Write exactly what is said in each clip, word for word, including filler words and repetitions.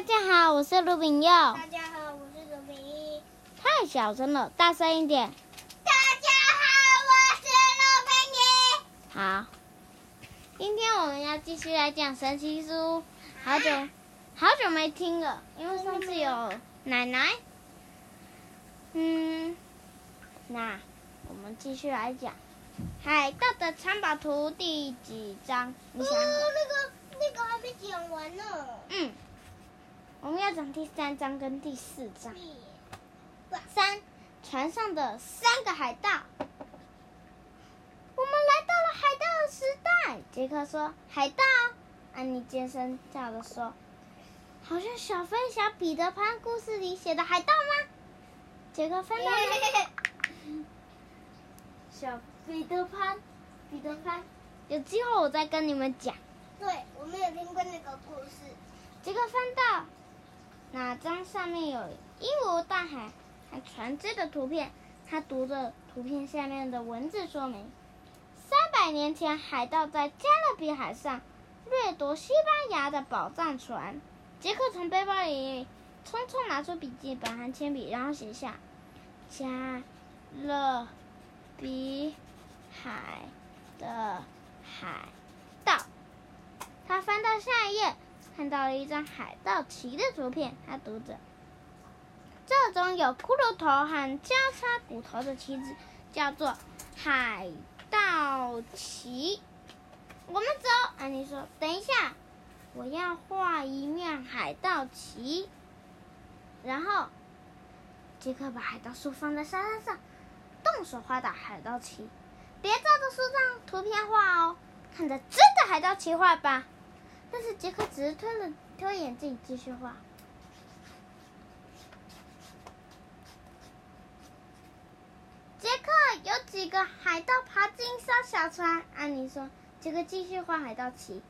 大家好，我是卢炳佑。 大家好，我是卢炳一。 太小声了，大声一点。 大家好，我是卢炳一。 好，今天我们要继续来讲神奇书，好久、啊、好久没听了，因为上次有奶奶。嗯，那我们继续来讲《海盗的藏宝图》第几章？你想？ 哦，那个那个还没讲完呢。 嗯，我们要讲第三章跟第四章。三，船上的三个海盗。我们来到了海盗的时代，杰克说：“海盗！”安妮尖声叫着说：“好像小飞侠彼得潘故事里写的海盗吗？”杰克翻到小彼得潘，彼得潘，有机会我再跟你们讲。 对，我没有听过那个故事。 杰克翻到哪张上面有鹦鹉、大海和船只的图片，他读着图片下面的文字说明：三百年前，海盗在加勒比海上掠夺西班牙的宝藏船。杰克从背包里匆匆拿出笔记本和铅笔，然后写下加勒比海的海盗。他翻到下一页，看到了一张海盗旗的图片，他读着：这种有骷髅头和交叉骨头的旗子叫做海盗旗。我们走，安妮说。等一下，我要画一面海盗旗。然后，杰克把海盗树放在沙滩上，动手画打海盗旗。别照着书上图片画哦，看着真的海盗旗画吧。但是杰克只是推了推眼镜，继续画。杰克有几个海盗爬进一艘小船，安妮说。杰克继续画海盗旗。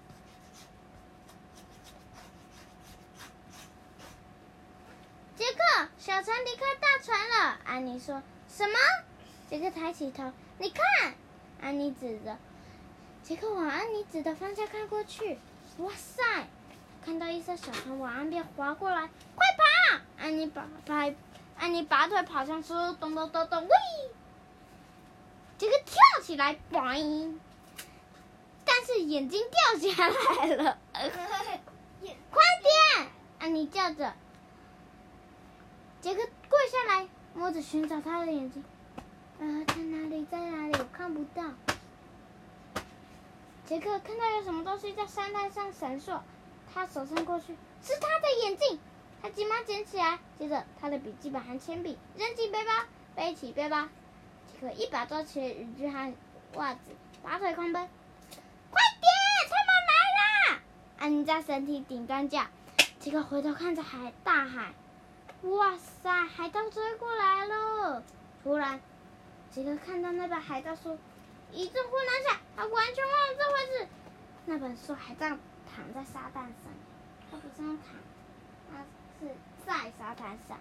杰克，小船离开大船了，安妮说。什么？杰克抬起头，你看，安妮指着。杰克往安妮指的方向看过去，哇塞！看到一艘小船往岸边划过来，快跑！安妮拔拔，安妮拔腿跑上书，咚咚咚咚，喂！杰克跳起来，boing！但是眼睛掉下来了，快点！安妮叫着。杰克跪下来，摸着寻找他的眼睛。啊，在哪里？在哪里？我看不到。杰克看到有什么东西在沙滩上闪烁，他手伸过去，是他的眼镜。他急忙捡起来，接着他的笔记本和铅笔扔进背包，背起背包。杰克一把抓起了雨具和袜子，拔腿狂奔。快点，他们来啦！安妮在身体顶端叫。杰克回头看着海大海，哇塞，海盗追过来了！突然，杰克看到那本海盗书，一阵昏然下，他完全忘了这回事。那本书还这样躺在沙滩上，他不是用躺，他是在沙滩上。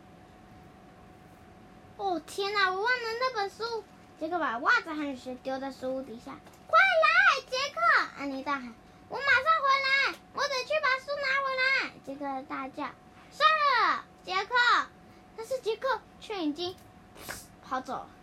哦天哪，我忘了那本书！杰克把袜子和雨鞋丢在书屋底下。快来，杰克！安妮大喊：“我马上回来，我得去把书拿回来！”杰克大叫：“算了，杰克！”但是杰克却已经跑走了。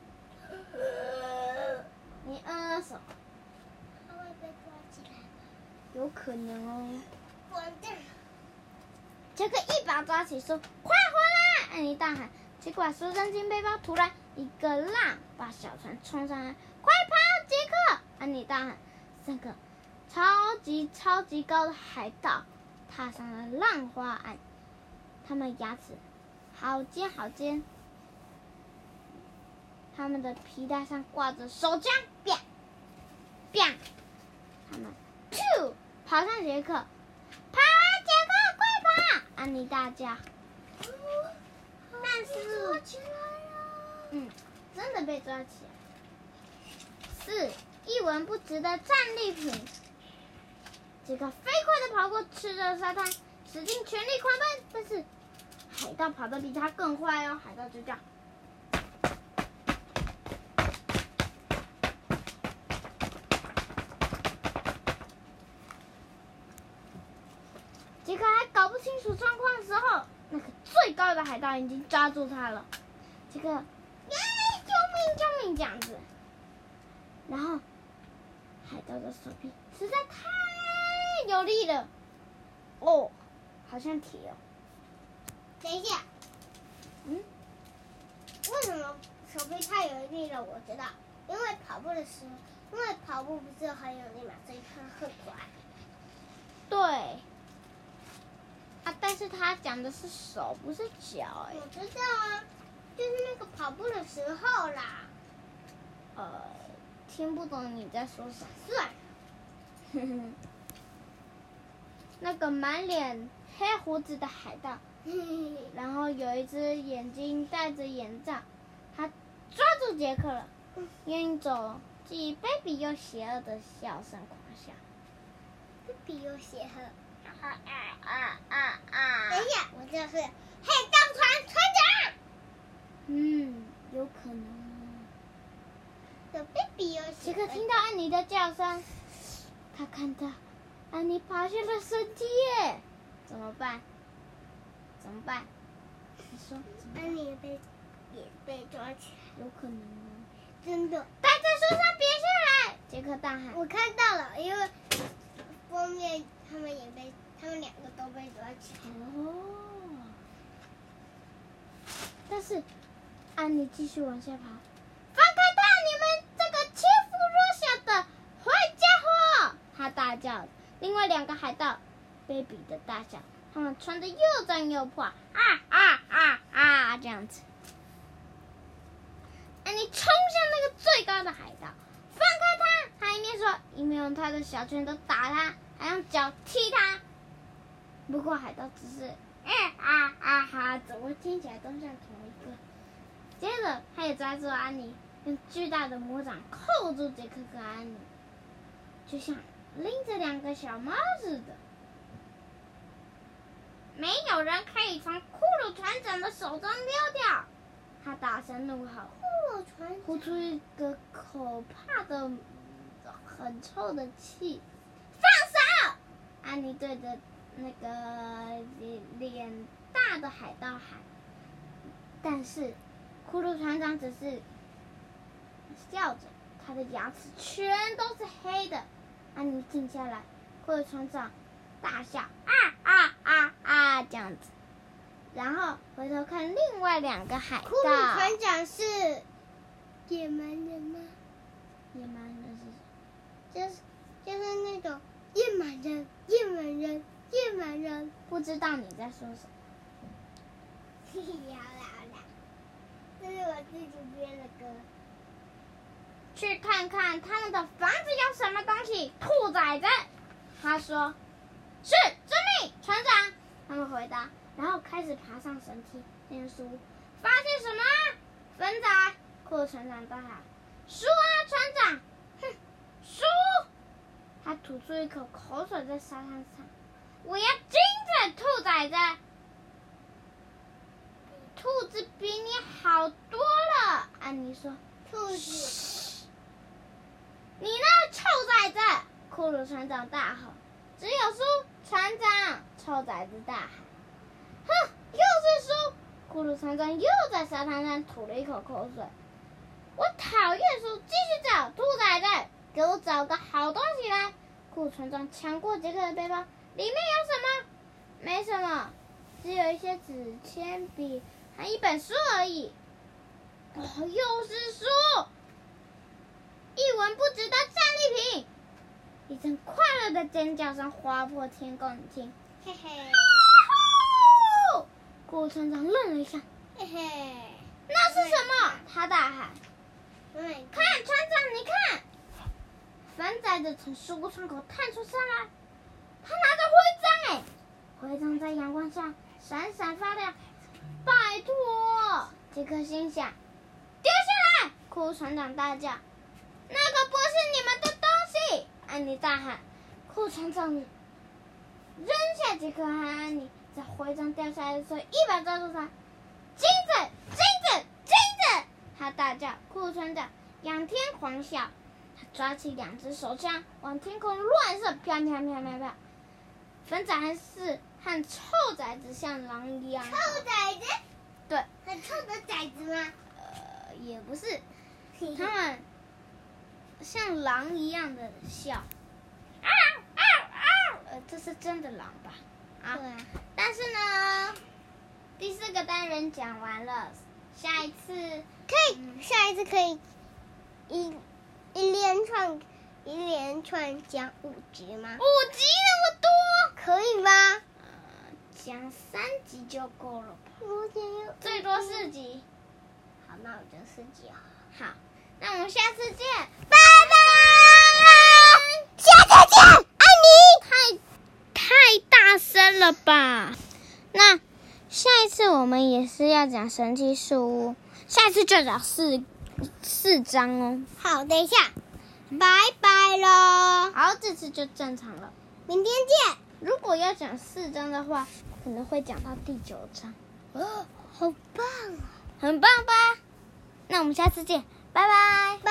你呃什么？ 他会被抓起来吗？ 有可能哦。 完蛋！ 杰克一把抓起书，快回来！安妮大喊。杰克把书扔进背包，突然一个浪把小船冲上来，快跑，杰克！安妮大喊。三个超级超级高的海盗踏上了浪花岸，他们牙齿好尖好尖，他们的皮带上挂着手枪，啪啪，他们咻跑向杰克，跑啊，杰克，快跑！安妮大叫。但是， 抓起来了。 嗯，真的被抓起来。四，一文不值的战利品。杰克飞快地跑过炽热沙滩，使尽全力狂奔，但是海盗跑得比他更快哦！海盗就这样。杰克还搞不清楚状况， 高的海盗已经抓住他了。这个，哎，救命救命这样子。然后，海盗的手臂实在太有力了，哦，好像铁哦。 等一下， 嗯， 为什么手臂太有力了？我知道，因为跑步的时候，因为跑步不是很有力嘛，所以它很快。 对。啊，但是他讲的是手，不是脚哎。 我知道啊，就是那个跑步的时候啦。 呃，听不懂你在说啥。 算了。 哼哼。那个满脸黑胡子的海盗，然后有一只眼睛戴着眼罩，他抓住杰克了，用一种既卑鄙又邪恶的笑声狂笑。 卑鄙又邪恶。 啊啊啊啊！ 等一下，我就是海盗船船长。 嗯，有可能。 有卑鄙又邪恶。 杰克听到安妮的叫声，他看到安妮爬下了绳梯耶，怎么办？怎么办？你说。 安妮也被也被抓起来。 有可能哦。 真的。 待在树上别下来！杰克大喊。 我看到了，因为封面他们也被。他们两个都被抓起来。 哦。但是安妮继续往下爬。放开他！你们这个欺负弱小的坏家伙！他大叫。另外两个海盗卑鄙的大笑，他们穿得又脏又破，啊啊啊啊！这样子。安妮冲向那个最高的海盗，放开他！他一面说，一面用他的小拳头打他，还用脚踢他。不过海盗只是，哎啊啊哈，怎么听起来都像同一个。接着，他也抓住安妮，用巨大的魔掌扣住杰克跟安妮，就像拎着两个小猫似的。没有人可以从骷髅船长的手中溜掉！他大声怒吼， 骷髅船呼出一个可怕的、很臭的气。放手！安妮对着那个脸大的海盗喊，但是骷髅船长只是笑着，他的牙齿全都是黑的。安妮静下来，骷髅船长大笑，啊啊啊啊这样子，然后回头看另外两个海盗。 骷髅船长是野蛮人吗？ 野蛮人是就是就是那种野蛮人，野蛮人。野蛮人， 不知道你在说什么。 嘿嘿，好啦好啦，这是我自己编的歌。 去看看他们的房子有什么东西。兔崽子，他说：“是，遵命，船长。”他们回答，然后开始爬上绳梯，念书。发现什么？粉仔！骷髅船长大喊：“书啊，船长！”哼，书！他吐出一口口水在沙滩上。我要金子，兔崽子！兔子比你好多了，安妮说。 兔子， 你那臭崽子！骷髅船长大吼。只有书，船长！臭崽子大喊。哼，又是书！骷髅船长又在沙滩上吐了一口口水。我讨厌书，继续找，兔崽子！给我找个好东西来！骷髅船长抢过杰克的背包。里面有什么？没什么，只有一些纸、铅笔和一本书而已。哦，又是书！一文不值的战利品！一阵快乐的尖叫声划破天空，你听。 嘿嘿。 骷髅船长愣了一下。 嘿嘿。 那是什么？他大喊。 看， 船长，你看！粉仔的从书窗口探出身来。他拿着徽章哎，徽章在阳光下闪闪发亮。拜托，杰克心想，丢下来！骷髅船长大叫：“那个不是你们的东西！”安妮大喊。骷髅船长扔下杰克和安妮，在徽章掉下来的时候，一把抓住他。金子，金子，金子！他大叫。骷髅船长仰天狂笑，他抓起两只手枪往天空乱射，飘飘飘飘飘。粉仔还是和臭崽子像狼一样。 臭崽子？ 对。 很臭的崽子吗？ 呃，也不是，他们像狼一样的笑。嗷嗷嗷！呃，这是真的狼吧？啊。 对啊。 但是呢，第四个单元讲完了，下一次可以，嗯、下一次可以一一连串一连串讲五集吗？ 五集那么多， 可以吗？ 呃，讲三集就够了吧？ 五集最多四集。 好，那我就四集好。 好，那我们下次见， 拜拜！下次见，爱你！ 太太大声了吧？那下一次我们也是要讲神奇树屋，下次就讲四四章哦。 好，等一下，拜拜喽。 好，这次就正常了， 明天见。 如果要讲四章的话，可能会讲到第九章。 哦，好棒啊！ 很棒吧？那我们下次见，拜拜。 拜。